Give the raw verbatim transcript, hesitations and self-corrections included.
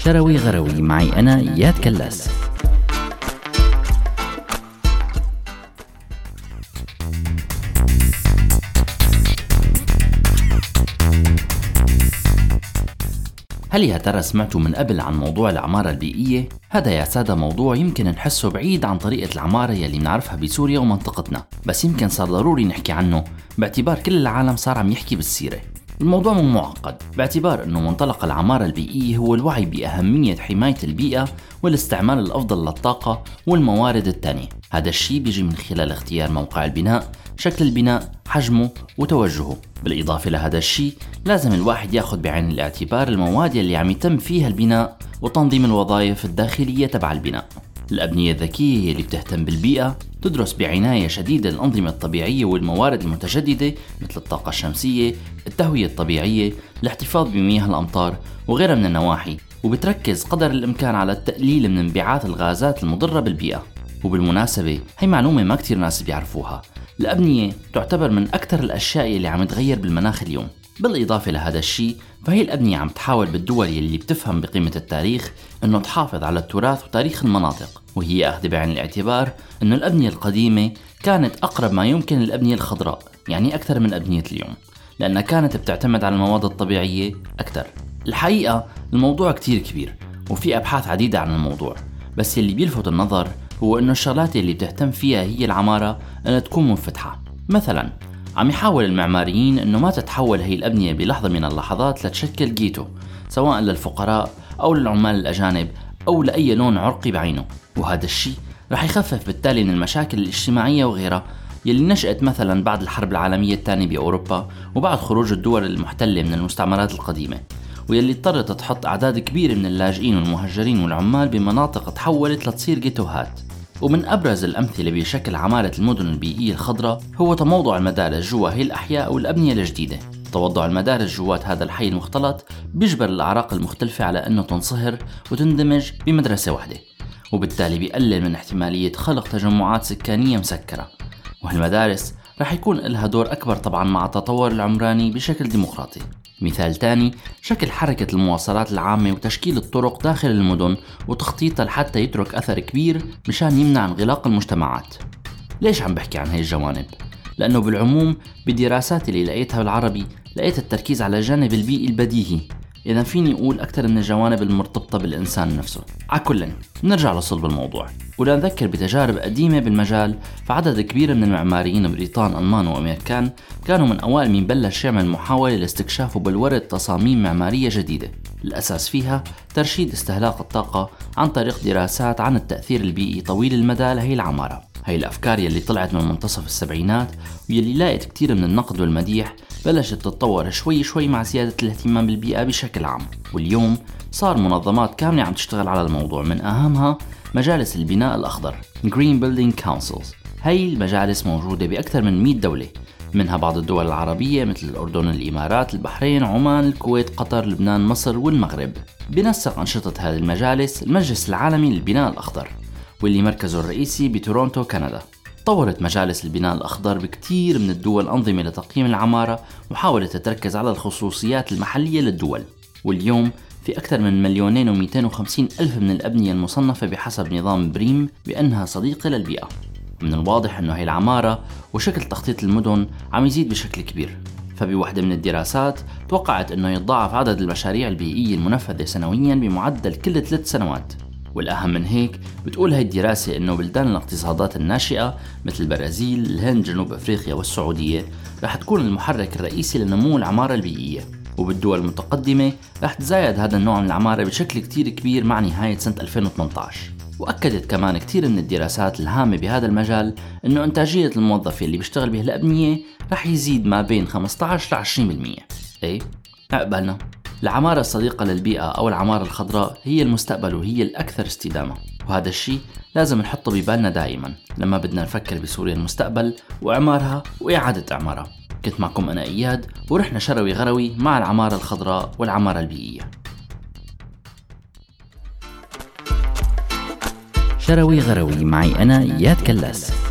شروي غروي معي أنا إياد كلاس. هل يا ترى سمعتوا من قبل عن موضوع العمارة البيئية؟ هذا يا سادة موضوع يمكن نحسه بعيد عن طريقة العمارة يلي نعرفها بسوريا ومنطقتنا، بس يمكن صار ضروري نحكي عنه باعتبار كل العالم صار عم يحكي بالسيرة. الموضوع مو معقد باعتبار أنه منطلق العمارة البيئية هو الوعي بأهمية حماية البيئة والاستعمال الأفضل للطاقة والموارد التانية. هذا الشيء بيجي من خلال اختيار موقع البناء، شكل البناء، حجمه وتوجهه. بالإضافة لهذا الشيء لازم الواحد ياخد بعين الاعتبار المواد اللي عم يتم فيها البناء وتنظيم الوظائف الداخلية تبع البناء. الأبنية الذكية اللي بتهتم بالبيئة تدرس بعناية شديدة الأنظمة الطبيعية والموارد المتجددة مثل الطاقة الشمسية، التهوية الطبيعية، الاحتفاظ بمياه الأمطار وغيرها من النواحي، وبتركز قدر الإمكان على التقليل من انبعاث الغازات المضرة بالبيئة. وبالمناسبة هي معلومة ما كتير ناس بيعرفوها، الأبنية تعتبر من أكثر الأشياء اللي عم تغير بالمناخ اليوم. بالإضافة لهذا الشيء فهي الأبنية عم تحاول بالدول اللي بتفهم بقيمة التاريخ أنه تحافظ على التراث وتاريخ المناطق، وهي أخذ بعين الاعتبار أنه الأبنية القديمة كانت أقرب ما يمكن للأبنية الخضراء، يعني أكثر من أبنية اليوم، لأنها كانت بتعتمد على المواد الطبيعية أكثر. الحقيقة الموضوع كتير كبير وفي أبحاث عديدة عن الموضوع، بس اللي بيلفت النظر هو أنه الشغلات اللي بتهتم فيها هي العمارة أنها تكون منفتحة. مثلا عم يحاول المعماريين أنه ما تتحول هي الأبنية بلحظة من اللحظات لتشكل جيتو سواء للفقراء أو للعمال الأجانب أو لأي لون عرقي بعينه، وهذا الشيء رح يخفف بالتالي من المشاكل الاجتماعية وغيرها يلي نشأت مثلا بعد الحرب العالمية الثانية بأوروبا وبعد خروج الدول المحتلة من المستعمرات القديمة، ويلي اضطرت تحط أعداد كبيرة من اللاجئين والمهجرين والعمال بمناطق تحولت لتصير جيتوهات. ومن أبرز الأمثلة بشكل عمارة المدن البيئية الخضراء هو تموضع المدارس جوا هي الأحياء والأبنية الجديدة. توضع المدارس جوات هذا الحي المختلط بيجبر الأعراق المختلفة على أنه تنصهر وتندمج بمدرسة واحدة، وبالتالي بيقلل من احتمالية خلق تجمعات سكانية مسكرة. وهالمدارس رح يكون لها دور أكبر طبعا مع التطور العمراني بشكل ديمقراطي. مثال تاني شكل حركة المواصلات العامة وتشكيل الطرق داخل المدن وتخطيطها لحتى يترك أثر كبير مشان يمنع انغلاق المجتمعات. ليش عم بحكي عن هاي الجوانب؟ لأنه بالعموم بدراسات اللي لقيتها بالعربي لقيت التركيز على الجانب البيئي البديهي، إذا فيني أقول أكثر من الجوانب المرتبطة بالإنسان نفسه. عكلاً نرجع لصلب الموضوع ونذكر بتجارب قديمة بالمجال، فعدد كبير من المعماريين بريطان ألمان وأمريكان كانوا من أوائل من بلش يعمل محاولة لاستكشاف وبلورة تصاميم معمارية جديدة الأساس فيها ترشيد استهلاك الطاقة عن طريق دراسات عن التأثير البيئي طويل المدى لهي العمارة. هاي الأفكار يلي طلعت من منتصف السبعينات ويلي لاقت كتير من النقد والمديح بلشت تتطور شوي شوي مع زيادة الاهتمام بالبيئة بشكل عام، واليوم صار منظمات كاملة عم تشتغل على الموضوع، من أهمها مجالس البناء الأخضر Green Building Councils. هاي المجالس موجودة بأكثر من مئة دولة، منها بعض الدول العربية مثل الأردن، الإمارات، البحرين، عمان، الكويت، قطر، لبنان، مصر والمغرب. بنسق أنشطة هذه المجالس المجلس العالمي للبناء الأخضر واللي مركزه الرئيسي بتورونتو كندا. طورت مجالس البناء الأخضر بكتير من الدول أنظمة لتقييم العمارة وحاولت تركز على الخصوصيات المحلية للدول، واليوم في أكثر من مليونين ومئتين وخمسين ألف من الأبنية المصنفة بحسب نظام بريم بأنها صديقة للبيئة. من الواضح أنه هي العمارة وشكل تخطيط المدن عم يزيد بشكل كبير، فبوحدة من الدراسات توقعت أنه يتضاعف عدد المشاريع البيئية المنفذة سنويا بمعدل كل ثلاث سنوات. والأهم من هيك بتقول هاي الدراسة أنه بلدان الاقتصادات الناشئة مثل البرازيل، الهند، جنوب أفريقيا والسعودية رح تكون المحرك الرئيسي لنمو العمارة البيئية، وبالدول المتقدمة رح تزايد هذا النوع من العمارة بشكل كتير كبير مع نهاية سنة ألفين وثمانية عشر. وأكدت كمان كتير من الدراسات الهامة بهذا المجال أنه إنتاجية الموظف اللي بيشتغل به الأبنية رح يزيد ما بين خمسة عشر ل عشرين بالمئة. إيه؟ أقبلنا. العمارة الصديقة للبيئة أو العمارة الخضراء هي المستقبل وهي الأكثر استدامة، وهذا الشيء لازم نحطه ببالنا دائما لما بدنا نفكر بسوريا المستقبل وإعمارها وإعادة إعمارها. كنت معكم أنا إياد ورحنا شروي غروي مع العمارة الخضراء والعمارة البيئية. شروي غروي معي أنا إياد كلاس.